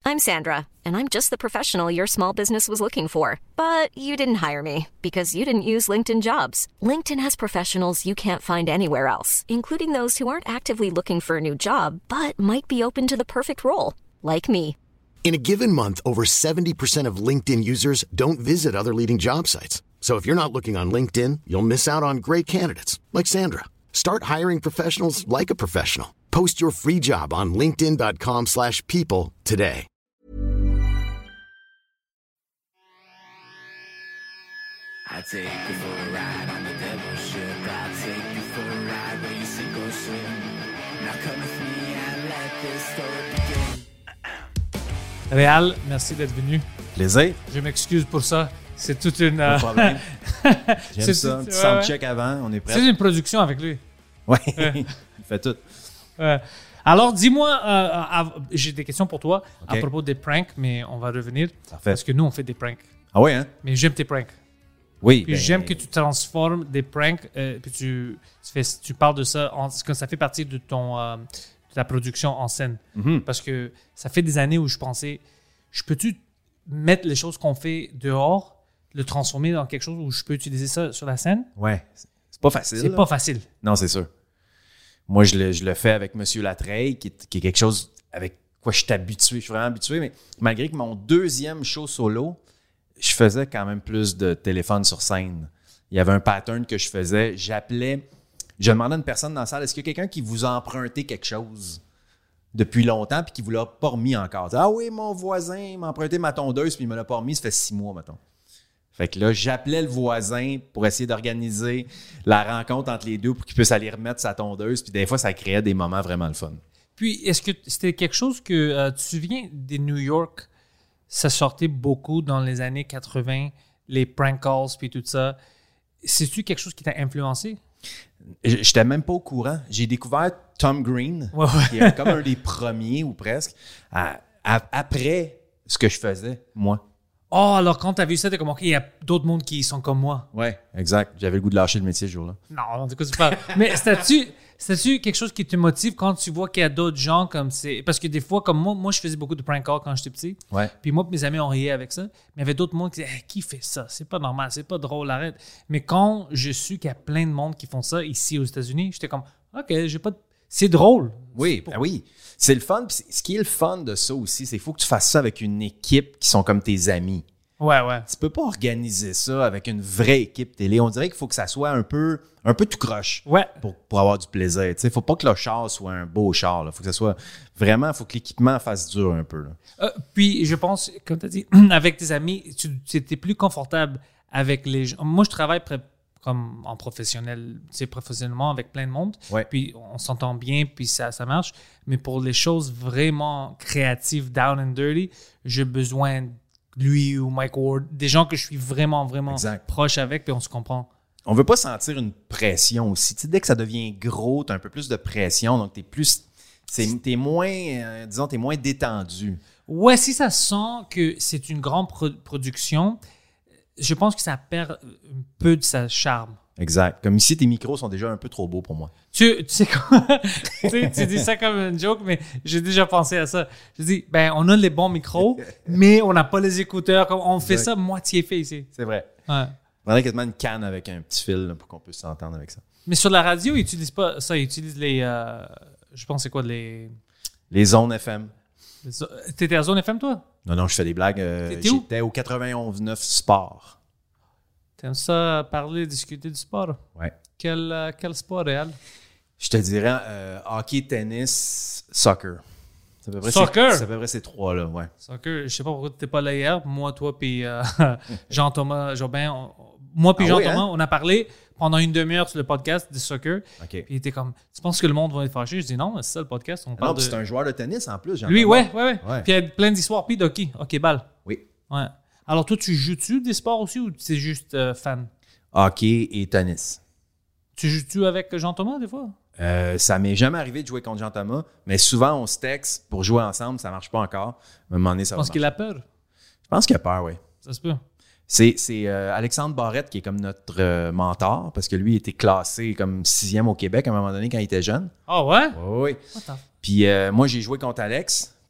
I'm Sandra, and I'm just the professional your small business was looking for. But you didn't hire me because you didn't use LinkedIn Jobs. LinkedIn has professionals you can't find anywhere else, including those who aren't actively looking for a new job, but might be open to the perfect role, like me. In a given month, over 70% of LinkedIn users don't visit other leading job sites. So if you're not looking on LinkedIn, you'll miss out on great candidates like Sandra. Start hiring professionals like a professional. Post your free job on linkedin.com/people today. I take you for a ride on the devil's ship. I'll take you for a ride where you sink or swim. Now come with me and let this story begin. Réal, merci d'être venu. Plaisir. Je m'excuse pour ça. C'est toute une... Pas de problème. J'aime ça. Un petit soundcheck avant, on est prêt. C'est une production avec lui. Oui, il fait tout. Alors, dis-moi, j'ai des questions pour toi à Okay. propos des pranks, mais on va revenir. Parfait. Parce que nous, on fait des pranks. Ah oui, hein? Mais j'aime tes pranks. Oui. Puis j'aime que tu transformes des pranks, puis tu parles de ça, que ça fait partie de de ta production en scène. Mm-hmm. Parce que ça fait des années où je pensais, peux-tu mettre les choses qu'on fait dehors, le transformer dans quelque chose où je peux utiliser ça sur la scène? Ouais. C'est pas facile. C'est pas facile. Non, c'est sûr. Moi, je le fais avec M. Latreille, qui est quelque chose avec quoi je suis habitué. Je suis vraiment habitué, mais malgré que mon deuxième show solo, je faisais quand même plus de téléphone sur scène. Il y avait un pattern que je faisais. Je demandais à une personne dans la salle, est-ce qu'il y a quelqu'un qui vous a emprunté quelque chose depuis longtemps puis qui vous l'a pas remis encore? Ah oui, mon voisin m'a emprunté ma tondeuse puis il me l'a pas remis, ça fait 6 mois, mettons. Fait que là, j'appelais le voisin pour essayer d'organiser la rencontre entre les deux pour qu'il puisse aller remettre sa tondeuse. Puis des fois, ça créait des moments vraiment le fun. Puis, est-ce que c'était quelque chose que tu te souviens des New York? Ça sortait beaucoup dans les années 80, les prank calls puis tout ça. C'est-tu quelque chose qui t'a influencé? J'étais même pas au courant. J'ai découvert Tom Green, qui est comme un des premiers ou presque, après ce que je faisais, moi. Oh, alors quand t'as vu ça, t'es comme, OK, il y a d'autres mondes qui sont comme moi. Ouais, exact. J'avais le goût de lâcher le métier ce jour-là. Non, en tout cas, c'est pas... Mais c'était-tu quelque chose qui te motive quand tu vois qu'il y a d'autres gens comme c'est... Parce que des fois, comme moi, je faisais beaucoup de prank calls quand j'étais petit. Ouais. Puis moi et mes amis ont rié avec ça. Mais il y avait d'autres mondes qui disaient, qui fait ça? C'est pas normal, c'est pas drôle, arrête. Mais quand je suis qu'il y a plein de monde qui font ça ici aux États-Unis, j'étais comme, OK, j'ai pas... C'est drôle. Oui, ben oui. C'est le fun. Puis ce qui est le fun de ça aussi, c'est qu'il faut que tu fasses ça avec une équipe qui sont comme tes amis. Ouais. Tu peux pas organiser ça avec une vraie équipe télé. On dirait qu'il faut que ça soit un peu tout croche pour avoir du plaisir. Il ne faut pas que le char soit un beau char. Il faut que ça soit vraiment, il faut que l'équipement fasse dur un peu. Puis je pense, comme tu as dit, avec tes amis, tu étais plus confortable avec les gens. Moi, je travaille comme en professionnellement avec plein de monde. Ouais. Puis on s'entend bien, puis ça marche. Mais pour les choses vraiment créatives, down and dirty, j'ai besoin de lui ou Mike Ward, des gens que je suis vraiment, vraiment proche avec, puis on se comprend. On veut pas sentir une pression aussi. Tu sais, dès que ça devient gros, tu as un peu plus de pression, donc t'es moins détendu. Ouais, si ça sent que c'est une grande production, je pense que ça perd un peu de sa charme. Exact. Comme ici, tes micros sont déjà un peu trop beaux pour moi. Tu sais quoi? tu dis ça comme une joke, mais j'ai déjà pensé à ça. Je dis, on a les bons micros, mais on n'a pas les écouteurs. On fait ça moitié fait ici. C'est vrai. Ouais. On aurait quasiment une canne avec un petit fil là, pour qu'on puisse s'entendre avec ça. Mais sur la radio, ils n'utilisent pas ça. Ils utilisent les... je pense c'est quoi? Les zones FM. T'étais à Zone FM, toi? Non, je fais des blagues. J'étais au 91.9 Sport. T'aimes ça parler, discuter du sport? Ouais. Quel sport, Réal? Je te dirais hockey, tennis, soccer. C'est à peu près ces trois-là, ouais. Soccer, je sais pas pourquoi tu n'étais pas là hier. Moi, toi, puis Jean-Thomas Jobin, moi puis Jean-Thomas, hein? on a parlé pendant une demi-heure sur le podcast de soccer. Okay. Puis il était comme, tu penses que le monde va être fâché? Je dis non, c'est ça le podcast. On parle c'est un joueur de tennis en plus. Lui, ouais. Puis il y a plein d'histoires. Puis d'hockey, balle. Oui. Ouais. Alors toi, tu joues-tu des sports aussi ou tu es juste fan? Hockey et tennis. Tu joues-tu avec Jean-Thomas des fois? Ça m'est jamais arrivé de jouer contre Jean-Thomas, mais souvent on se texte pour jouer ensemble, ça marche pas encore. À un moment donné, ça va marcher. Je pense qu'il a peur. Je pense qu'il a peur, oui. Ça se peut. C'est Alexandre Barrette qui est comme notre mentor, parce que lui, il était classé comme 6e au Québec à un moment donné quand il était jeune. Ah ouais? Oui. Puis moi, j'ai joué contre Alex.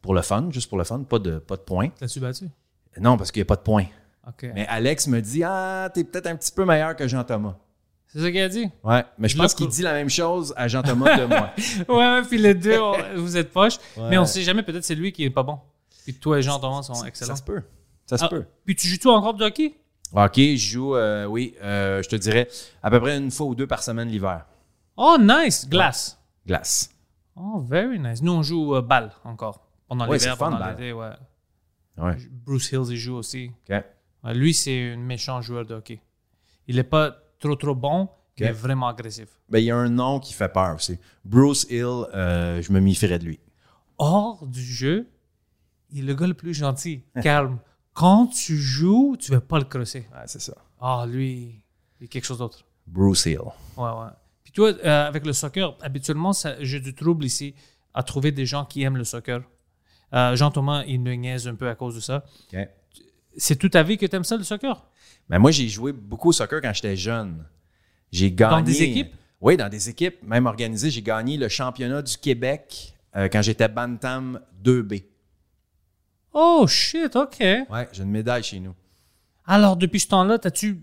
pour le fun, juste pour le fun, pas de points. T'as-tu battu? Non, parce qu'il n'y a pas de points. OK. Mais Alex me dit t'es peut-être un petit peu meilleur que Jean-Thomas. C'est ça qu'il a dit? Ouais, mais je pense qu'il dit la même chose à Jean-Thomas de moi. Ouais, puis les deux, vous êtes poches. Ouais. Mais on sait jamais, peut-être c'est lui qui est pas bon. Puis toi et Jean-Thomas sont excellents. Ça se peut. Ça se peut. Puis tu joues-tu encore de hockey? OK, je joue, je te dirais, à peu près une fois ou deux par semaine l'hiver. Oh, nice! Glace. Glace. Oh, very nice. Nous, on joue balle encore. Pendant Ouais, l'hiver, c'est fun, pendant balle. l'été, ouais. Ouais. Bruce Hills, il joue aussi. OK. Ouais, lui, c'est un méchant joueur de hockey. Il n'est pas trop bon, mais vraiment agressif. Ben, il y a un nom qui fait peur aussi. Bruce Hill, je me méfierais de lui. Hors du jeu, il est le gars le plus gentil, calme. Quand tu joues, tu ne vas pas le crosser. Ouais, c'est ça. Ah, lui, il est quelque chose d'autre. Bruce Hill. Ouais. Puis toi, avec le soccer, habituellement, j'ai du trouble ici à trouver des gens qui aiment le soccer. Jean-Thomas, il me niaise un peu à cause de ça. OK. C'est toute ta vie que tu aimes ça, le soccer? Ben, moi, j'ai joué beaucoup au soccer quand j'étais jeune. J'ai gagné. Dans des équipes? Oui, dans des équipes, même organisées. J'ai gagné le championnat du Québec quand j'étais Bantam 2B. Oh, shit, OK. Ouais, j'ai une médaille chez nous. Alors, depuis ce temps-là, t'as-tu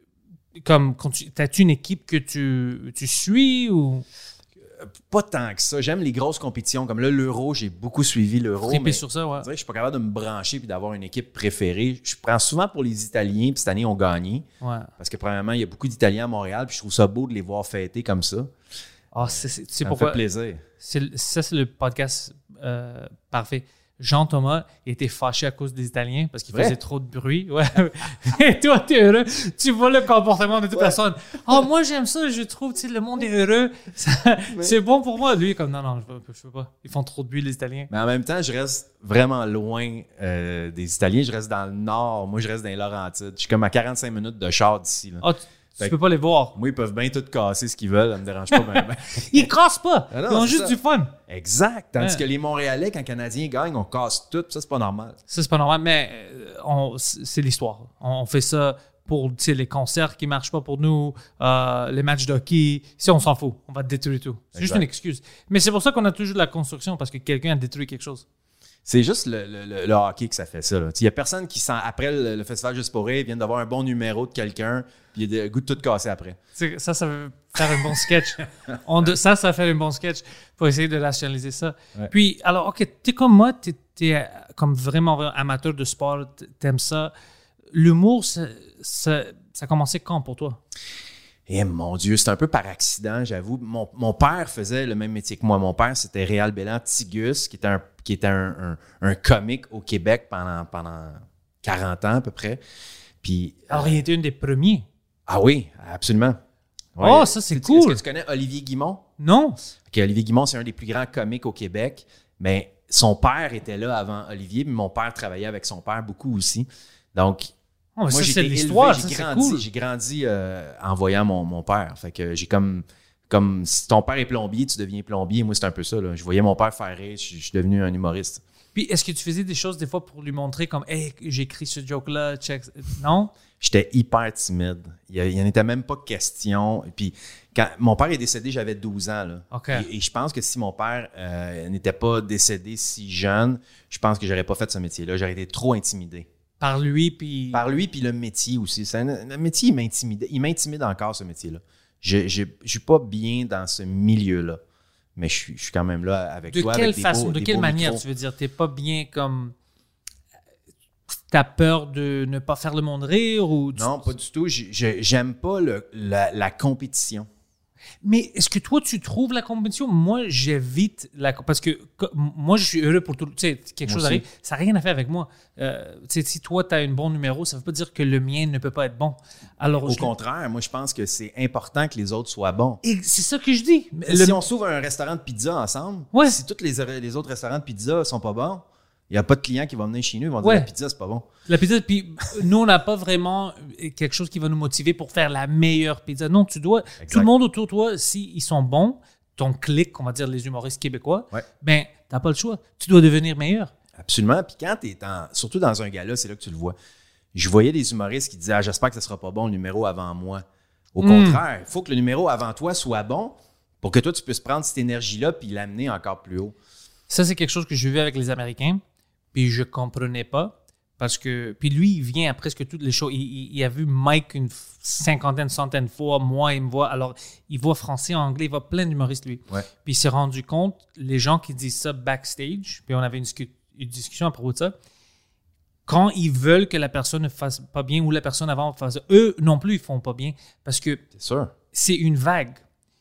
une équipe que tu suis ou Pas tant que ça. J'aime les grosses compétitions. Comme là, l'Euro, j'ai beaucoup suivi l'Euro. triper mais sur ça, ouais. on dirait que je suis pas capable de me brancher puis d'avoir une équipe préférée. Je prends souvent pour les Italiens, puis cette année, on gagné. Ouais. Parce que, premièrement, il y a beaucoup d'Italiens à Montréal, puis je trouve ça beau de les voir fêter comme ça. Ah, tu sais Ça me pourquoi? fait plaisir. Ça, c'est le podcast parfait. Jean-Thomas était fâché à cause des Italiens parce qu'il Vrai? faisait trop de bruit. Ouais. Et toi, t'es heureux. Tu vois le comportement de toute personne. Oh, moi, j'aime ça. Je trouve, tu sais, le monde est heureux. C'est bon pour moi. Lui, comme non, je peux pas. Ils font trop de bruit, les Italiens. Mais en même temps, je reste vraiment loin des Italiens. Je reste dans le nord. Moi, je reste dans les Laurentides. Je suis comme à 45 minutes de char d'ici. Là. Ah, tu peux pas les voir. Moi, ils peuvent bien tout casser ce qu'ils veulent. Ça me dérange pas. Ben. Ils cassent pas. Ah non, Ils ont c'est juste ça. du fun. Exact. Tandis Ouais. que les Montréalais, quand les Canadiens gagnent, on casse tout. Ça, c'est pas normal. Ça, c'est pas normal, mais c'est l'histoire. On fait ça pour les concerts qui marchent pas pour nous, les matchs de hockey. Si on s'en fout, on va détruire tout. C'est juste Exact. une excuse. Mais c'est pour ça qu'on a toujours de la construction, parce que quelqu'un a détruit quelque chose. C'est juste le hockey que ça fait ça. Il n'y a personne qui sent, après le festival Juste pour rire, vient d'avoir un bon numéro de quelqu'un, puis il y a le goût de tout casser après. Ça veut faire un bon sketch. Ça va faire un bon sketch pour essayer de rationaliser ça. Ouais. Puis, alors, OK, t'es comme moi, t'es comme vraiment amateur de sport, t'aimes ça. L'humour, ça a commencé quand pour toi? Eh mon Dieu, c'est un peu par accident, j'avoue. Mon père faisait le même métier que moi. Mon père, c'était Réal Bélan Tigus, qui était un comique au Québec pendant 40 ans à peu près. Puis, Alors, il était un des premiers. ah oui, absolument. Ouais. Oh, ça, c'est cool. Est-ce que tu connais Olivier Guimond? Non? OK, Olivier Guimond, c'est un des plus grands comiques au Québec. Mais son père était là avant Olivier, mais mon père travaillait avec son père beaucoup aussi. Donc, Oh, mais moi, ça, j'ai c'est été l'histoire. élevé, Ça, c'est grandi, cool. j'ai grandi en voyant mon père. Fait que j'ai comme si ton père est plombier, tu deviens plombier. Moi, c'est un peu ça. Là. Je voyais mon père faire rire, je suis devenu un humoriste. Puis, est-ce que tu faisais des choses des fois pour lui montrer comme, hey, j'ai écrit ce joke-là, check. Non? J'étais hyper timide. Il n'y en était même pas question. Et puis, quand mon père est décédé, j'avais 12 ans. Là. OK. Et je pense que si mon père n'était pas décédé si jeune, je pense que j'aurais pas fait ce métier-là. J'aurais été trop intimidé. Par lui, puis. Par lui, puis le métier aussi. Le métier, il m'intimide. Il m'intimide encore, ce métier-là. Je ne suis pas bien dans ce milieu-là. Mais je suis quand même là avec De toi. quelle avec des façon, beaux- de des quelle beaux manière micros. tu veux dire? T'es pas bien comme. T'as peur de ne pas faire le monde rire ou. Non, pas du tout. J'aime pas la compétition. Mais est-ce que toi, tu trouves la compétition? Moi, j'évite la. Parce que moi, je suis heureux pour tout. Tu sais, quelque Moi chose aussi. arrive, ça n'a rien à faire avec moi. Tu sais, si toi, tu as un bon numéro, ça ne veut pas dire que le mien ne peut pas être bon. Alors, Au contraire, moi, je pense que c'est important que les autres soient bons. Et c'est ça que je dis. Si on s'ouvre un restaurant de pizza ensemble, Ouais. si tous les autres restaurants de pizza sont pas bons, il n'y a pas de clients qui vont venir chez nous, ils vont dire Ouais. la pizza, c'est pas bon. La pizza, puis nous, on n'a pas vraiment quelque chose qui va nous motiver pour faire la meilleure pizza. Non, tu dois. Exact. Tout le monde autour de toi, s'ils sont bons, ton clic, on va dire les humoristes québécois, Ouais. ben, t'as pas le choix. Tu dois devenir meilleur. Absolument. Puis quand tu es surtout dans un gala, c'est là que tu le vois. Je voyais des humoristes qui disaient j'espère que ça sera pas bon le numéro avant moi. Au contraire, il faut que le numéro avant toi soit bon pour que toi, tu puisses prendre cette énergie-là puis l'amener encore plus haut. Ça, c'est quelque chose que j'ai vu avec les Américains, puis je comprenais pas. Parce que, puis lui, il vient à presque toutes les shows. Il a vu Mike une cinquantaine, centaine de fois. Moi, il me voit. Alors, il voit français, anglais, il voit plein d'humoristes, lui. Ouais. Puis il s'est rendu compte, les gens qui disent ça backstage, puis on avait une discussion à propos de ça, quand ils veulent que la personne ne fasse pas bien ou la personne avant fasse, eux non plus, ils font pas bien. Parce que c'est une vague.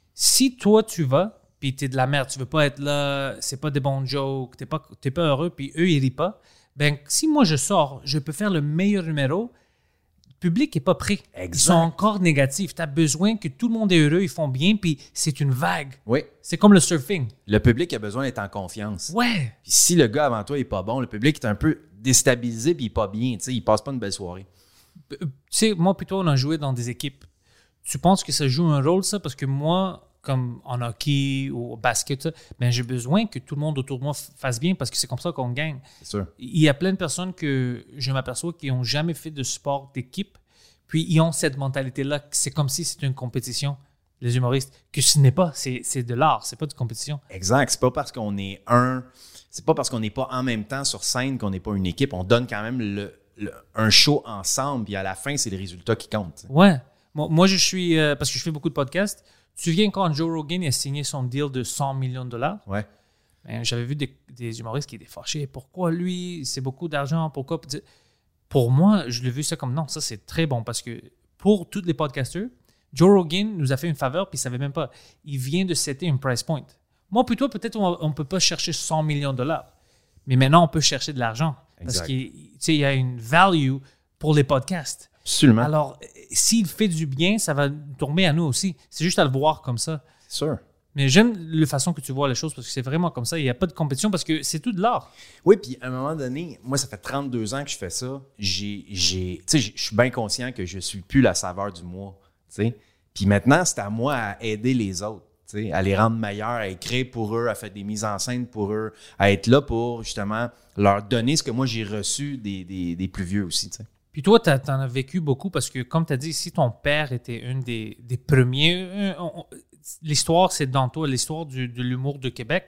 Si toi, tu vas, puis t'es de la merde, tu veux pas être là, c'est pas des bons jokes, t'es pas heureux, puis eux, ils rient pas. Ben, si moi je sors, je peux faire le meilleur numéro, le public n'est pas prêt. Exact. Ils sont encore négatifs. Tu as besoin que tout le monde est heureux, ils font bien, puis c'est une vague. Oui. C'est comme le surfing. Le public a besoin d'être en confiance. Ouais. Puis si le gars avant toi n'est pas bon, le public est un peu déstabilisé puis il n'est pas bien. Il ne passe pas une belle soirée. Tu sais, moi et toi, on a joué dans des équipes. Tu penses que ça joue un rôle, ça? Parce que moi, comme en hockey ou au basket, ben j'ai besoin que tout le monde autour de moi fasse bien parce que c'est comme ça qu'on gagne. C'est sûr. Il y a plein de personnes que je m'aperçois qui n'ont jamais fait de sport d'équipe, puis ils ont cette mentalité-là que c'est comme si c'était une compétition, les humoristes, que ce n'est pas, c'est de l'art, c'est pas de compétition. Exact. C'est pas parce qu'on est c'est pas parce qu'on n'est pas en même temps sur scène qu'on n'est pas une équipe. On donne quand même un show ensemble, puis à la fin, c'est les résultats qui comptent. Ouais. Moi, je suis, parce que je fais beaucoup de podcasts. Tu te souviens quand Joe Rogan a signé son deal de $100 millions? Ouais. Ben, j'avais vu des humoristes qui étaient fâchés. Pourquoi lui? C'est beaucoup d'argent. Pourquoi? Pour moi, je l'ai vu ça comme non, ça c'est très bon parce que pour tous les podcasteurs, Joe Rogan nous a fait une faveur puis il ne savait même pas. Il vient de setter un price point. Moi, plutôt, peut-être on ne peut pas chercher $100 millions. Mais maintenant, on peut chercher de l'argent. Parce qu'il y a une value pour les podcasts. Absolument. Alors, s'il fait du bien, ça va tomber à nous aussi. C'est juste à le voir comme ça. C'est sûr. Mais j'aime la façon que tu vois les choses parce que c'est vraiment comme ça. Il n'y a pas de compétition parce que c'est tout de l'art. Oui, puis à un moment donné, moi, ça fait 32 ans que je fais ça. Je suis bien conscient que je ne suis plus la saveur du mois. T'sais. Puis maintenant, c'est à moi à aider les autres, à les rendre meilleurs, à écrire pour eux, à faire des mises en scène pour eux, à être là pour justement leur donner ce que moi j'ai reçu des plus vieux aussi. T'sais. Puis toi, tu en as vécu beaucoup parce que, comme tu as dit, si ton père était une des premiers, l'histoire, c'est dans toi. L'histoire de l'humour de Québec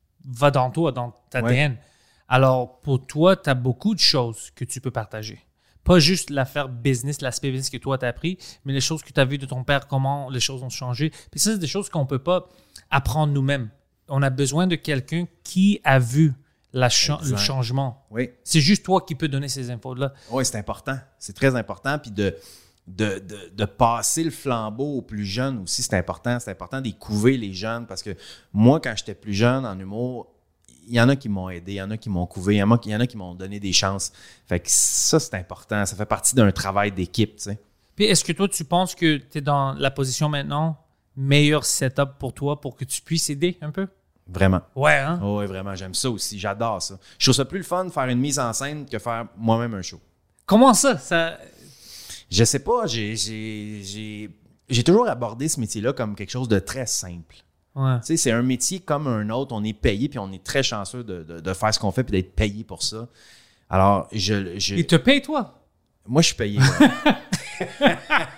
va dans toi, dans ta ADN. Alors, pour toi, tu as beaucoup de choses que tu peux partager. Pas juste l'affaire business, l'aspect business que toi, tu as appris, mais les choses que tu as vues de ton père, comment les choses ont changé. Puis ça, c'est des choses qu'on ne peut pas apprendre nous-mêmes. On a besoin de quelqu'un qui a vu le changement. Oui. C'est juste toi qui peux donner ces infos-là. Oui, c'est important. C'est très important. Puis de passer le flambeau aux plus jeunes aussi, c'est important. C'est important d'écouver les jeunes parce que moi, quand j'étais plus jeune en humour, il y en a qui m'ont aidé, il y en a qui m'ont couvé, il y en a qui m'ont donné des chances. Fait que ça, c'est important. Ça fait partie d'un travail d'équipe, tu sais. Puis est-ce que toi, tu penses que tu es dans la position maintenant, meilleur setup pour toi pour que tu puisses aider un peu? Vraiment. Ouais, hein? Oh, oui, vraiment. J'aime ça aussi. J'adore ça. Je trouve ça plus le fun de faire une mise en scène que faire moi-même un show. Comment ça? Je sais pas. J'ai toujours abordé ce métier-là comme quelque chose de très simple. Ouais. Tu sais, c'est un métier comme un autre. On est payé, puis on est très chanceux de faire ce qu'on fait, puis d'être payé pour ça. Alors, Il te paye, toi? Moi, je suis payé. Ouais.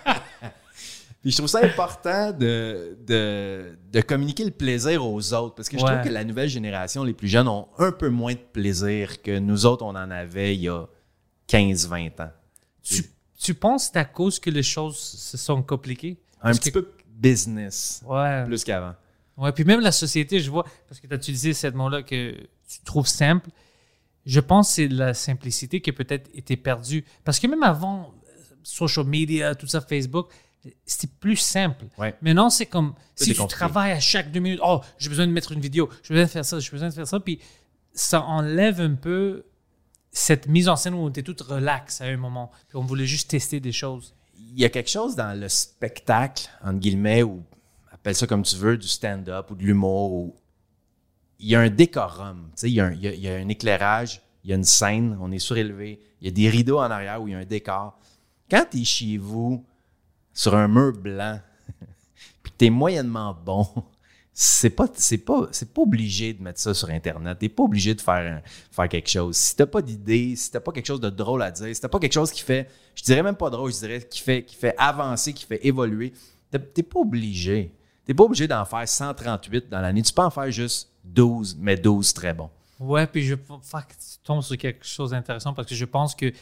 Puis je trouve ça important de communiquer le plaisir aux autres. Parce que je trouve que la nouvelle génération, les plus jeunes, ont un peu moins de plaisir que nous autres, on en avait il y a 15-20 ans. Tu penses que c'est à cause que les choses se sont compliquées? Un petit peu business, plus qu'avant. Ouais, puis même la société, je vois, parce que tu as utilisé ce mot-là que tu trouves simple, je pense que c'est la simplicité qui a peut-être été perdue. Parce que même avant, social media, tout ça, Facebook, c'était plus simple. Ouais. Maintenant, c'est comme si tu travailles à chaque 2 minutes. Oh, j'ai besoin de mettre une vidéo, j'ai besoin de faire ça, j'ai besoin de faire ça. Puis ça enlève un peu cette mise en scène où on était tout relax à un moment. Puis on voulait juste tester des choses. Il y a quelque chose dans le spectacle, entre guillemets, ou appelle ça comme tu veux, du stand-up ou de l'humour, où il y a un décorum. Tu sais, il y a un éclairage, il y a une scène, on est surélevé, il y a des rideaux en arrière où il y a un décor. Quand tu es chez vous, sur un mur blanc, puis tu es moyennement bon, c'est pas obligé de mettre ça sur Internet. Tu n'es pas obligé de faire quelque chose. Si tu n'as pas d'idée, si tu n'as pas quelque chose de drôle à dire, si tu n'as pas quelque chose qui fait, je dirais même pas drôle, je dirais qui fait avancer, qui fait évoluer, tu n'es pas obligé. Tu n'es pas obligé d'en faire 138 dans l'année. Tu peux en faire juste 12, mais 12 très bons. Ouais, puis tu tombes sur quelque chose d'intéressant parce que je pense que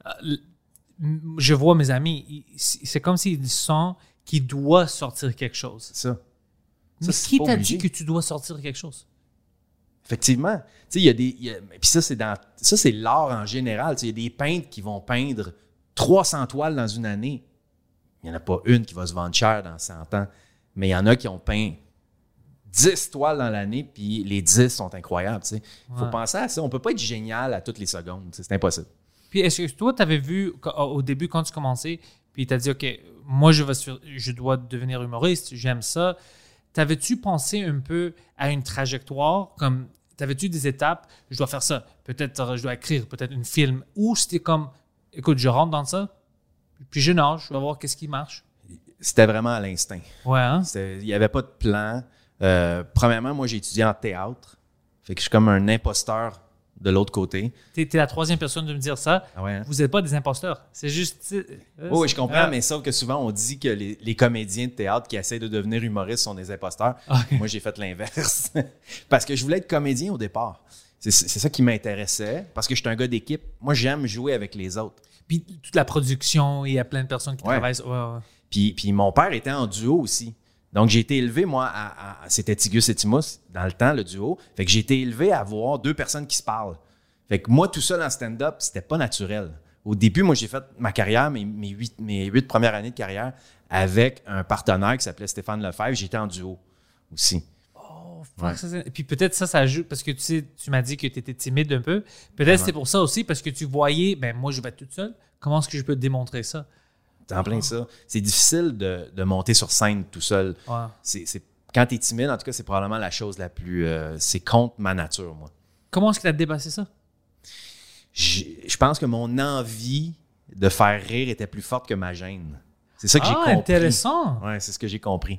je vois mes amis, c'est comme s'ils sentent qu'ils doivent sortir quelque chose. C'est ça. Mais qui t'a dit que tu dois sortir quelque chose? Effectivement. Tu sais, puis ça, c'est l'art en général. Il y a des peintres qui vont peindre 300 toiles dans une année. Il n'y en a pas une qui va se vendre cher dans 100 ans. Mais il y en a qui ont peint 10 toiles dans l'année, puis les 10 sont incroyables. Il faut penser à ça. On ne peut pas être génial à toutes les secondes. C'est impossible. Puis est-ce que toi, tu avais vu au début, quand tu commençais, puis tu as dit, OK, moi, je dois devenir humoriste, j'aime ça. T'avais-tu pensé un peu à une trajectoire, comme, t'avais-tu des étapes, je dois faire ça, peut-être je dois écrire, peut-être un film, ou c'était comme, écoute, je rentre dans ça, puis je nage, je vais voir qu'est-ce qui marche? C'était vraiment à l'instinct. Ouais, hein? Il n'y avait pas de plan. Premièrement, moi, j'ai étudié en théâtre, fait que je suis comme un imposteur de l'autre côté. T'es la troisième personne de me dire ça. Ah ouais, hein? Vous n'êtes pas des imposteurs. C'est juste... Oui, je comprends, mais sauf que souvent, on dit que les comédiens de théâtre qui essaient de devenir humoristes sont des imposteurs. Okay. Moi, j'ai fait l'inverse. Parce que je voulais être comédien au départ. C'est ça qui m'intéressait, parce que je suis un gars d'équipe. Moi, j'aime jouer avec les autres. Puis toute la production, il y a plein de personnes qui travaillent. Ouais. Puis mon père était en duo aussi. Donc, j'ai été élevé, moi, c'était Tigus et Timus, dans le temps, le duo. Fait que j'ai été élevé à voir deux personnes qui se parlent. Fait que moi, tout seul en stand-up, c'était pas naturel. Au début, moi, j'ai fait ma carrière, mes 8 premières années de carrière, avec un partenaire qui s'appelait Stéphane Lefebvre. J'étais en duo aussi. Oh, fuck, ouais. Puis peut-être ça ajoute, parce que tu m'as dit que tu étais timide un peu. Peut-être c'était pour ça aussi, parce que tu voyais, moi, je vais être toute seule. Comment est-ce que je peux démontrer ça? C'est en plein ça. C'est difficile de monter sur scène tout seul. Ouais. Quand tu es timide, en tout cas, c'est probablement la chose la plus... c'est contre ma nature, moi. Comment est-ce que tu as dépassé ça? Je pense que mon envie de faire rire était plus forte que ma gêne. C'est ça que j'ai compris. Ah, intéressant! Oui, c'est ce que j'ai compris.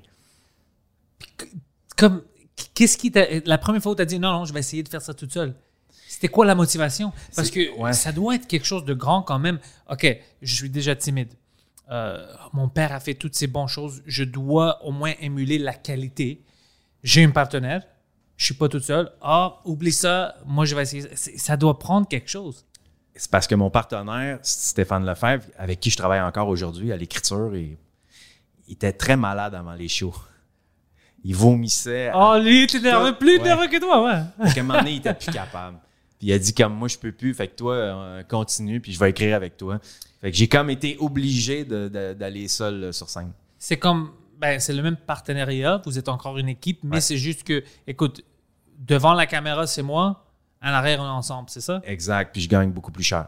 Comme, qu'est-ce qui t'a... La première fois où tu as dit « Non, je vais essayer de faire ça toute seule », c'était quoi la motivation? Parce que ça doit être quelque chose de grand quand même. OK, je suis déjà timide. Mon père a fait toutes ces bonnes choses. Je dois au moins émuler la qualité. J'ai un partenaire. Je suis pas toute seule. Oublie ça. Moi, je vais essayer. Ça doit prendre quelque chose. C'est parce que mon partenaire, Stéphane Lefebvre, avec qui je travaille encore aujourd'hui à l'écriture, il était très malade avant les shows. Il vomissait. Lui, il était plus nerveux que toi, ouais. À un moment donné, il était plus capable. Puis il a dit comme moi, je peux plus. Fait que toi, continue, puis je vais écrire avec toi. Fait que j'ai comme été obligé d'aller seul sur scène. C'est comme, c'est le même partenariat, vous êtes encore une équipe, mais c'est juste que, écoute, devant la caméra, c'est moi, à l'arrière, on est ensemble, c'est ça? Exact, puis je gagne beaucoup plus cher.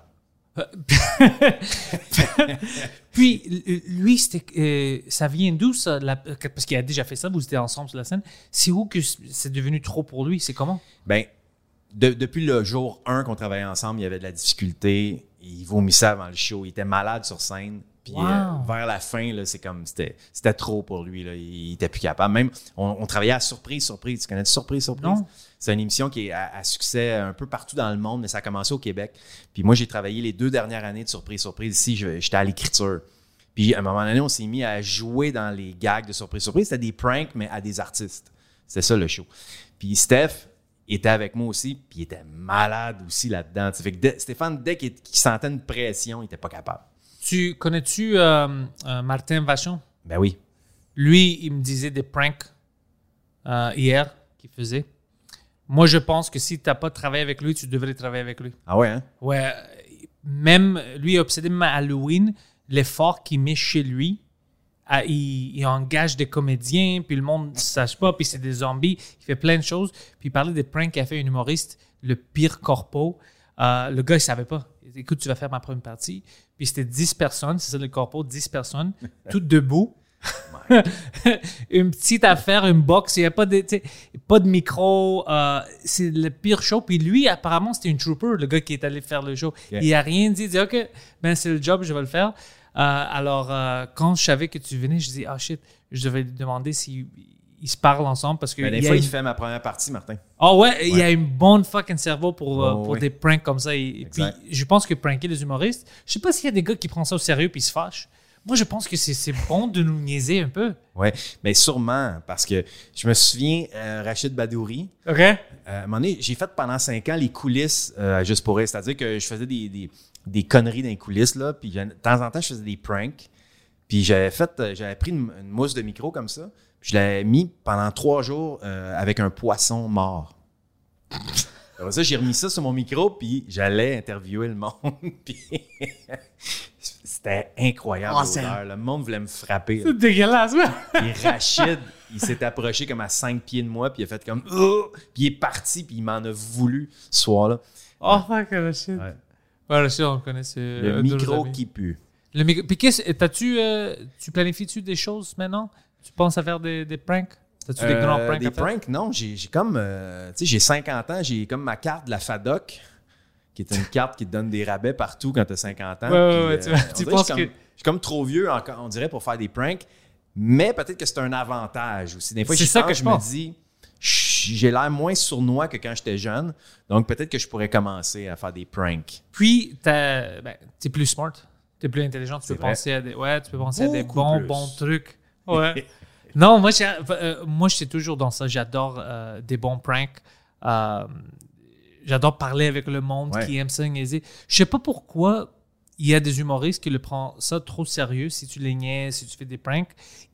Puis, lui, ça vient d'où, ça? Parce qu'il a déjà fait ça, vous étiez ensemble sur la scène. C'est où que c'est devenu trop pour lui? C'est comment? Depuis le jour 1 qu'on travaillait ensemble, il y avait de la difficulté. Il vomissait avant le show. Il était malade sur scène. Puis vers la fin, là, c'était trop pour lui. Là. Il était plus capable. Même, on travaillait à Surprise. Tu connais Surprise? Non. C'est une émission qui est à succès un peu partout dans le monde, mais ça a commencé au Québec. Puis moi, j'ai travaillé les 2 dernières années de Surprise. Ici, j'étais à l'écriture. Puis à un moment donné, on s'est mis à jouer dans les gags de Surprise. C'était des pranks, mais à des artistes. C'était ça, le show. Puis Steph était avec moi aussi, puis il était malade aussi là-dedans. Fait que Stéphane, dès qu'il sentait une pression, il n'était pas capable. Connais-tu Martin Vachon? Ben oui. Lui, il me disait des pranks hier qu'il faisait. Moi, je pense que si tu n'as pas travaillé avec lui, tu devrais travailler avec lui. Ah ouais, hein? Ouais. Même, lui est obsédé même à Halloween, l'effort qu'il met chez lui. Il engage des comédiens, puis le monde ne sache pas, puis c'est des zombies. Il fait plein de choses. Puis il parlait des pranks qu'a fait un humoriste, le pire corpo. Le gars, il ne savait pas. Il dit, écoute, tu vas faire ma première partie. Puis c'était 10 personnes, c'est ça le corpo, 10 personnes, toutes debout. Une petite affaire, une box, il n'y a pas de micro. C'est le pire show. Puis lui, apparemment, c'était une trooper, le gars qui est allé faire le show. Okay. Il n'a rien dit. Il dit, OK, c'est le job, je vais le faire. Alors, quand je savais que tu venais, je dis, shit, je devais lui demander s'ils se parlent ensemble. Parce que des fois, il fait ma première partie, Martin. Ouais, il y a une bonne fucking cerveau pour des pranks comme ça. Et puis, je pense que pranker les humoristes, je sais pas s'il y a des gars qui prennent ça au sérieux puis ils se fâchent. Moi, je pense que c'est bon de nous niaiser un peu. Oui, mais sûrement, parce que je me souviens, Rachid Badouri, OK. à un moment donné, j'ai fait pendant 5 ans les coulisses Juste pour rire. C'est-à-dire que je faisais des conneries dans les coulisses, là, puis de temps en temps, je faisais des pranks. Puis j'avais pris une mousse de micro comme ça, puis je l'avais mis pendant 3 jours avec un poisson mort. Après ça, j'ai remis ça sur mon micro, puis j'allais interviewer le monde. Puis c'était incroyable l'odeur. Le monde voulait me frapper. C'est dégueulasse, ouais. Et Rachid, il s'est approché comme à 5 pieds de moi, puis il a fait comme « Oh! » Puis il est parti, puis il m'en a voulu ce soir-là. Oh, fuck, Rachid. Ouais. Ouais, Rachid, on le connaît. Le micro qui pue. Le micro. Puis tu planifies-tu des choses maintenant? Tu penses à faire des pranks? T'as-tu des grands pranks Des à faire? pranks, non. J'ai comme, tu sais, j'ai 50 ans, j'ai comme ma carte de la FADOC, qui est une carte qui te donne des rabais partout quand tu as 50 ans. Ouais, Tu penses que... Je suis comme trop vieux, on dirait, pour faire des pranks, mais peut-être que c'est un avantage aussi. Des fois, c'est ça que je pense. me dis, j'ai l'air moins sournois que quand j'étais jeune, donc peut-être que je pourrais commencer à faire des pranks. Puis, t'es plus smart, t'es plus intelligent, tu peux penser à des bons trucs. Ouais. Non, moi, j'étais toujours dans ça. J'adore des bons pranks. J'adore parler avec le monde qui aime ça niaiser. Je sais pas pourquoi il y a des humoristes qui le prennent ça trop sérieux. Si tu les niaises, si tu fais des pranks,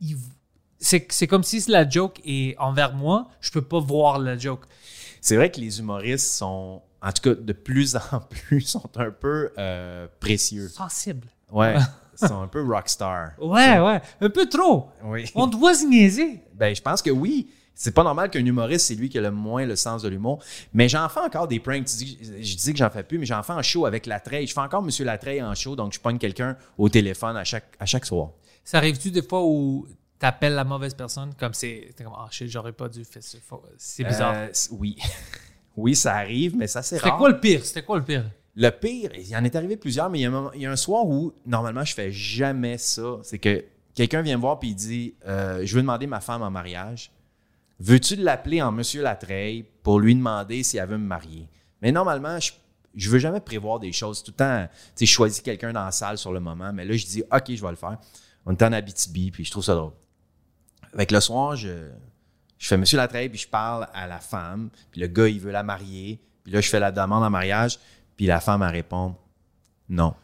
c'est comme si la joke est envers moi. Je peux pas voir la joke. C'est vrai que les humoristes sont, en tout cas, de plus en plus, sont un peu précieux. Sensibles. Ouais. Ils sont un peu rockstar. Ouais. Un peu trop. Oui. On doit se niaiser. Ben, je pense que oui. C'est pas normal qu'un humoriste, c'est lui qui a le moins le sens de l'humour. Mais j'en fais encore des pranks. Je dis que j'en fais plus, mais j'en fais en show avec Latreille. Je fais encore Monsieur Latreille en show, donc je pogne quelqu'un au téléphone à chaque soir. Ça arrive-tu des fois où t'appelles la mauvaise personne comme t'es comme shit, j'aurais pas dû faire ça. C'est bizarre. Oui. Oui, ça arrive, mais ça c'est rare. C'était quoi le pire? Le pire, il en est arrivé plusieurs, mais il y a un soir où, normalement, je fais jamais ça. C'est que quelqu'un vient me voir et il dit je veux demander ma femme en mariage. Veux-tu l'appeler en Monsieur Latreille pour lui demander si elle veut me marier? Mais normalement, je veux jamais prévoir des choses. Tout le temps, tu sais, je choisis quelqu'un dans la salle sur le moment, mais là, je dis OK, je vais le faire. On est en Abitibi, puis je trouve ça drôle. Avec le soir, je fais Monsieur Latreille, puis je parle à la femme, puis le gars, il veut la marier. Puis là, je fais la demande en mariage. Puis la femme, elle répond non.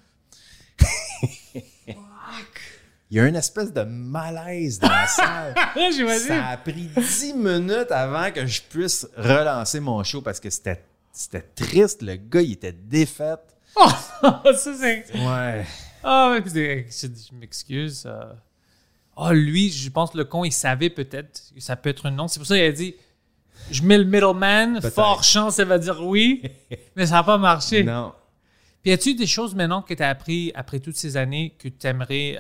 Il y a une espèce de malaise dans la salle. Ça a pris 10 minutes avant que je puisse relancer mon show parce que c'était triste. Le gars, il était défait. Oh, ça c'est... Ouais. Je m'excuse. Lui, je pense que le con, il savait peut-être que ça peut être un non. C'est pour ça qu'il a dit... Je mets le middleman, fort chance, elle va dire oui, mais ça n'a pas marché. Non. Puis, y a-tu des choses maintenant que tu as appris après toutes ces années que tu aimerais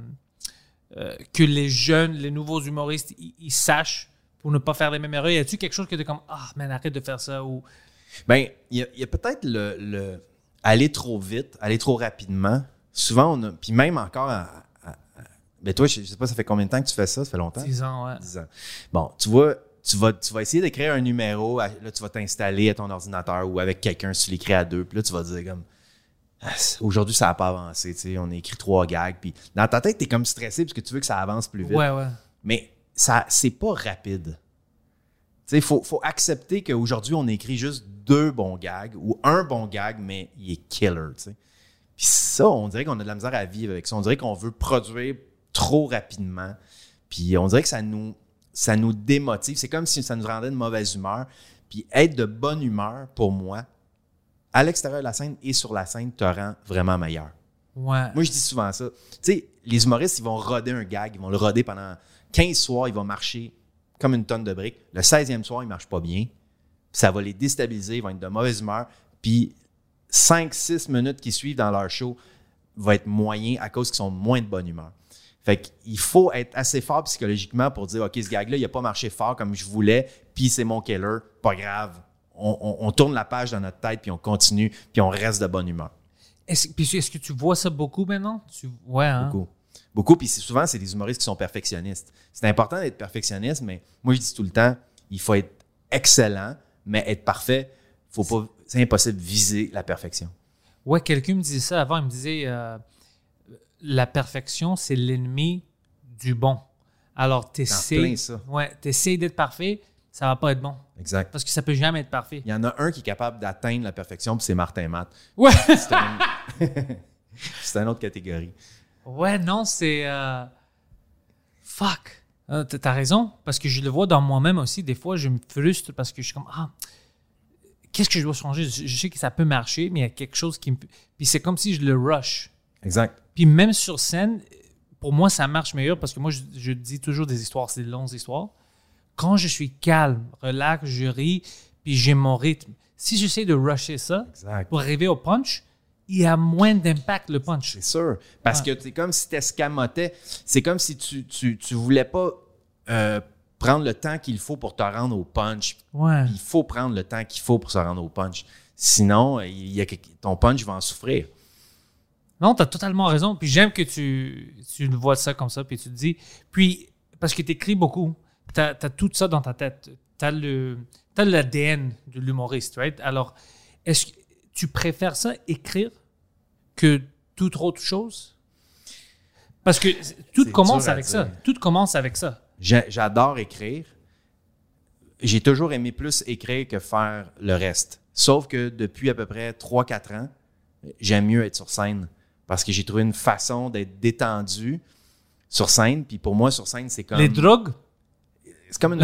que les jeunes, les nouveaux humoristes, ils sachent pour ne pas faire les mêmes erreurs? Y a-tu quelque chose que tu es comme man, arrête de faire ça? Ou... Ben, il y a peut-être le aller trop vite, aller trop rapidement. Souvent, puis même encore ben, toi, je sais pas, ça fait combien de temps que tu fais ça? Ça fait longtemps? 10 ans, ouais. 10 ans. Bon, tu vois. Tu vas essayer d'écrire un numéro, là, tu vas t'installer à ton ordinateur ou avec quelqu'un, si tu l'écris à 2, puis là, tu vas dire comme aujourd'hui, ça n'a pas avancé, tu sais, on a écrit 3 gags, puis dans ta tête, tu es comme stressé parce que tu veux que ça avance plus vite. Ouais. Mais c'est pas rapide. Tu sais, faut accepter qu'aujourd'hui, on écrit juste 2 bons gags ou un bon gag, mais il est killer, tu sais. Puis ça, on dirait qu'on a de la misère à vivre avec ça. On dirait qu'on veut produire trop rapidement, puis on dirait que ça nous démotive. C'est comme si ça nous rendait de mauvaise humeur. Puis être de bonne humeur, pour moi, à l'extérieur de la scène et sur la scène, te rend vraiment meilleur. Ouais. Moi, je dis souvent ça. Tu sais, les humoristes, ils vont roder un gag, ils vont le roder pendant 15 soirs, il va marcher comme une tonne de briques. Le 16e soir, il ne marche pas bien. Puis ça va les déstabiliser, ils vont être de mauvaise humeur. Puis 5-6 minutes qui suivent dans leur show vont être moyens à cause qu'ils sont moins de bonne humeur. Fait qu'il faut être assez fort psychologiquement pour dire « OK, ce gag-là, il n'a pas marché fort comme je voulais, puis c'est mon killer, pas grave. » On tourne la page dans notre tête, puis on continue, puis on reste de bonne humeur. Est-ce que tu vois ça beaucoup maintenant? Ouais, hein? Beaucoup, puis souvent, c'est des humoristes qui sont perfectionnistes. C'est important d'être perfectionniste, mais moi, je dis tout le temps, il faut être excellent, mais être parfait, c'est impossible de viser la perfection. Ouais, quelqu'un me disait ça avant, il me disait... la perfection, c'est l'ennemi du bon. Alors, t'essayes d'être parfait, ça va pas être bon. Exact. Parce que ça peut jamais être parfait. Il y en a un qui est capable d'atteindre la perfection, puis c'est Martin Matt. Ouais! C'est une autre catégorie. Ouais, non, c'est... Fuck! T'as raison, parce que je le vois dans moi-même aussi. Des fois, je me frustre parce que je suis comme... qu'est-ce que je dois changer? Je sais que ça peut marcher, mais il y a quelque chose qui me... Puis c'est comme si je le rush. Exact. Puis même sur scène, pour moi, ça marche meilleur parce que moi, je dis toujours des histoires, c'est des longues histoires. Quand je suis calme, relax, je ris, puis j'ai mon rythme. Si j'essaie de rusher ça pour arriver au punch, il y a moins d'impact, le punch. C'est sûr. Parce que c'est comme si tu escamotais. C'est comme si tu voulais pas prendre le temps qu'il faut pour te rendre au punch. Ouais. Il faut prendre le temps qu'il faut pour se rendre au punch. Sinon, ton punch va en souffrir. Non, tu as totalement raison. Puis j'aime que tu vois ça comme ça, puis tu te dis... Puis, parce que tu écris beaucoup, tu as tout ça dans ta tête. Tu as l'ADN de l'humoriste, right? Alors, est-ce que tu préfères ça, écrire, que toute autre chose? Parce que tout commence avec ça. Tout commence avec ça. J'adore écrire. J'ai toujours aimé plus écrire que faire le reste. Sauf que depuis à peu près 3-4 ans, j'aime mieux être sur scène parce que j'ai trouvé une façon d'être détendu sur scène. Puis pour moi, sur scène, c'est comme... Les drogues? C'est comme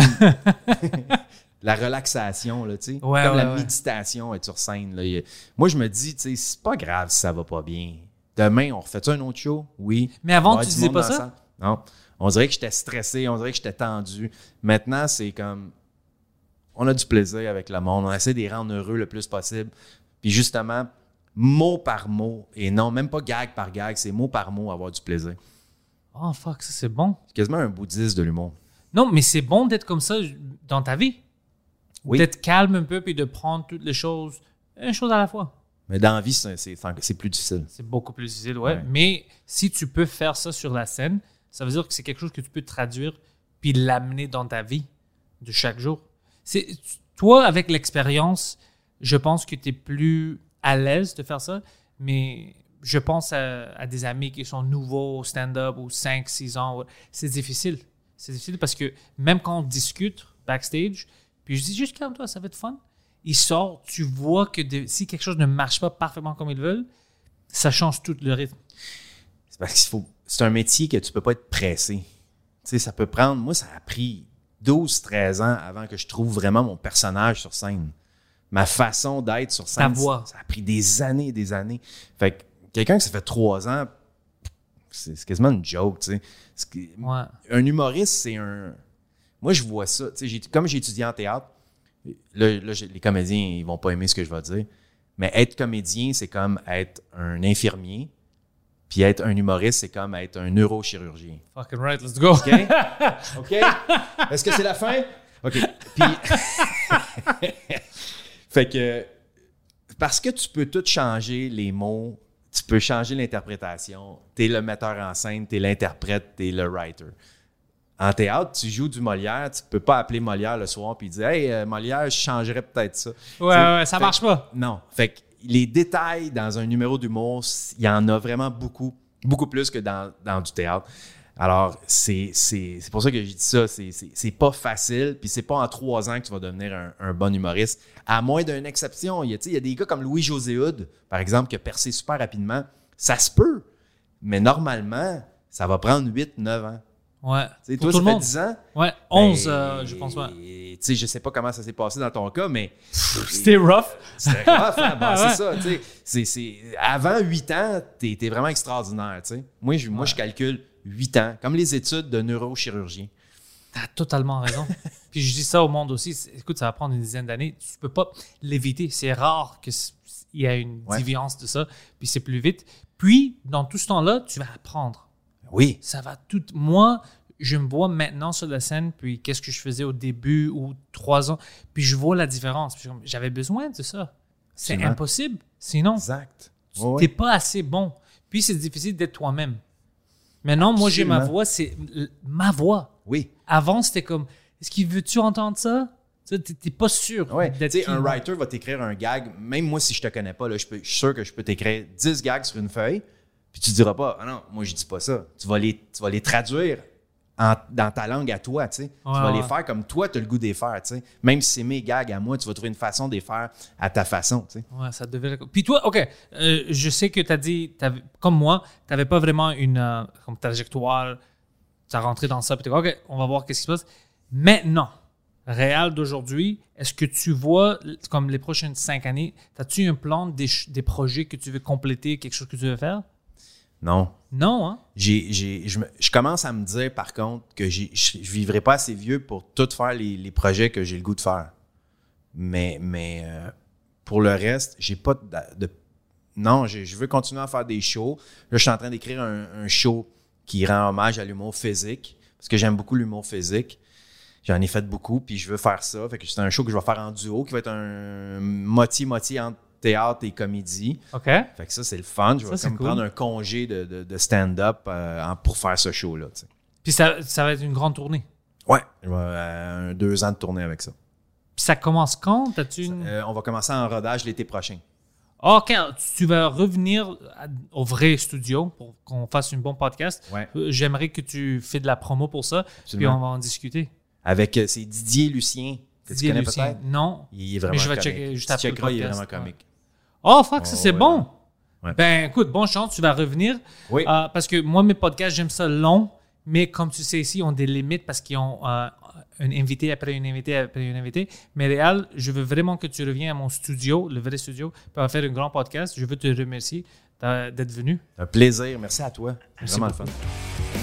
la relaxation, là, tu sais. Ouais, comme la méditation, être sur scène. Là. Moi, je me dis, tu sais, c'est pas grave si ça va pas bien. Demain, on refait-tu un autre show? Oui. Mais avant, tu disais pas ça? Non. On dirait que j'étais stressé, on dirait que j'étais tendu. Maintenant, c'est comme... On a du plaisir avec le monde. On essaie de les rendre heureux le plus possible. Puis justement, mot par mot, et non, même pas gag par gag, c'est mot par mot, avoir du plaisir. Oh, fuck, ça, c'est bon. C'est quasiment un bouddhiste de l'humour. Non, mais c'est bon d'être comme ça dans ta vie. Oui. D'être calme un peu puis de prendre toutes les choses, une chose à la fois. Mais dans la vie, c'est plus difficile. C'est beaucoup plus difficile, ouais. Mais si tu peux faire ça sur la scène, ça veut dire que c'est quelque chose que tu peux traduire puis l'amener dans ta vie de chaque jour. Toi, avec l'expérience, je pense que tu es plus à l'aise de faire ça, mais je pense à des amis qui sont nouveaux au stand-up ou 5-6 ans. C'est difficile. C'est difficile parce que même quand on discute backstage, puis je dis juste calme-toi, ça va être fun. Il sort, tu vois que si quelque chose ne marche pas parfaitement comme ils veulent, ça change tout le rythme. C'est parce c'est un métier que tu peux pas être pressé. Tu sais, ça peut prendre... Moi, ça a pris 12-13 ans avant que je trouve vraiment mon personnage sur scène. Ma façon d'être sur scène, ça a pris des années et des années. Fait que quelqu'un qui ça fait 3 ans, c'est quasiment une joke, tu sais. Un humoriste, c'est un... Moi, je vois ça. Tu sais, comme j'ai étudié en théâtre, là, les comédiens, ils vont pas aimer ce que je vais dire, mais être comédien, c'est comme être un infirmier, puis être un humoriste, c'est comme être un neurochirurgien. Fucking right, let's go. OK? OK? Est-ce que c'est la fin? OK. Puis... fait que... Parce que tu peux tout changer, les mots, tu peux changer l'interprétation. Tu es le metteur en scène, tu es l'interprète, tu es le writer. En théâtre, tu joues du Molière, tu peux pas appeler Molière le soir puis dire « Hey, Molière, je changerais peut-être ça. » Ouais, ça marche pas. Non. Fait que les détails dans un numéro d'humour, il y en a vraiment beaucoup, beaucoup plus que dans du théâtre. Alors, c'est pour ça que j'ai dit ça. C'est pas facile, puis c'est pas en 3 ans que tu vas devenir un bon humoriste. À moins d'une exception. Il y a des gars comme Louis-José Hood, par exemple, qui a percé super rapidement. Ça se peut, mais normalement, ça va prendre 8-9 ans. Ouais. T'sais, toi, ça fait 10 ans. Ouais, 11, je pense, ouais. Je sais pas comment ça s'est passé dans ton cas, mais... C'était rough. C'était rough, hein? Bon, c'est ça. Avant 8 ans, t'es vraiment extraordinaire. T'sais. Moi, je calcule 8 ans, comme les études de neurochirurgien. T'as totalement raison. Puis je dis ça au monde aussi. Écoute, ça va prendre une dizaine d'années. Tu peux pas l'éviter. C'est rare qu'il y ait une déviance de ça. Puis c'est plus vite. Puis, dans tout ce temps-là, tu vas apprendre. Oui. Ça va tout... Moi, je me vois maintenant sur la scène, puis qu'est-ce que je faisais au début ou 3 ans, puis je vois la différence. Puis j'avais besoin de ça. C'est impossible. Sinon, tu n'es pas assez bon. Puis c'est difficile d'être toi-même. Maintenant, moi, j'ai ma voix. C'est ma voix. Oui. Avant, c'était comme, est-ce qu'il veut-tu entendre ça? Tu n'es pas sûr d'être qui. Un writer va t'écrire un gag. Même moi, si je te connais pas, là, je suis sûr que je peux t'écrire 10 gags sur une feuille. Puis tu diras pas, ah non, moi je dis pas ça. Tu vas les traduire dans ta langue à toi, tu sais. Tu vas les faire comme toi, tu as le goût de les faire, tu sais. Même si c'est mes gags à moi, tu vas trouver une façon de les faire à ta façon, tu sais. Ouais, ça devait... Puis toi, OK, je sais que tu as dit, comme moi, tu n'avais pas vraiment une comme trajectoire, tu as rentré dans ça, puis tu as dit, OK, on va voir qu'est-ce qui se passe. Maintenant, Réal d'aujourd'hui, est-ce que tu vois, comme les prochaines 5 années, as-tu un plan des projets que tu veux compléter, quelque chose que tu veux faire? Non. Non, hein? Je commence à me dire, par contre, que je ne vivrai pas assez vieux pour tout faire les projets que j'ai le goût de faire. Mais pour le reste, j'ai pas de... Non, je veux continuer à faire des shows. Là, je suis en train d'écrire un show qui rend hommage à l'humour physique, parce que j'aime beaucoup l'humour physique. J'en ai fait beaucoup, puis je veux faire ça. Fait que c'est un show que je vais faire en duo, qui va être un moitié-moitié entre théâtre et comédie. OK. Fait que ça, c'est le fun. Je vais Ça, comme prendre un congé de stand-up pour faire ce show-là. T'sais. Puis ça va être une grande tournée. Ouais. Je vais 2 ans de tournée avec ça. Puis ça commence quand? On va commencer en rodage l'été prochain. OK, tu vas revenir au vrai studio pour qu'on fasse un bon podcast. Ouais. J'aimerais que tu fais de la promo pour ça, Absolument. puis on va en discuter. Avec c'est Didier Lucien. Que tu connais Lucien. peut-être? Non. Il est vraiment Mais je vais comique. checker juste Tu après le checkeras, il est podcast. vraiment comique. Oh, fuck, ça c'est ouais, bon. ouais. Ben, écoute, bonne chance, tu vas revenir. Oui. Parce que moi, mes podcasts, j'aime ça long, mais comme tu sais ici, ils ont des limites parce qu'ils ont un invité après une invité après une invité. Mais Réal, je veux vraiment que tu reviennes à mon studio, le vrai studio, puis on va faire un grand podcast. Je veux te remercier d'être venu. Un plaisir. Merci à toi. Merci Vraiment beaucoup. le fun.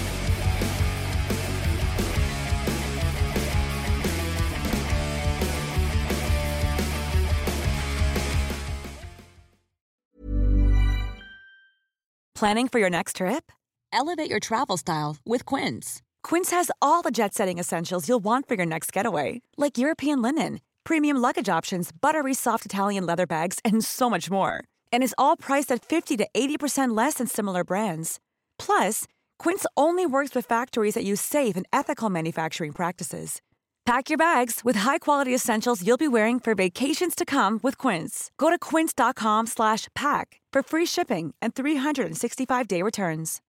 Planning for your next trip? Elevate your travel style with Quince. Quince has all the jet-setting essentials you'll want for your next getaway, like European linen, premium luggage options, buttery soft Italian leather bags, and so much more. And is all priced at 50 to 80% less than similar brands. Plus, Quince only works with factories that use safe and ethical manufacturing practices. Pack your bags with high-quality essentials you'll be wearing for vacations to come with Quince. Go to quince.com/pack for free shipping and 365-day returns.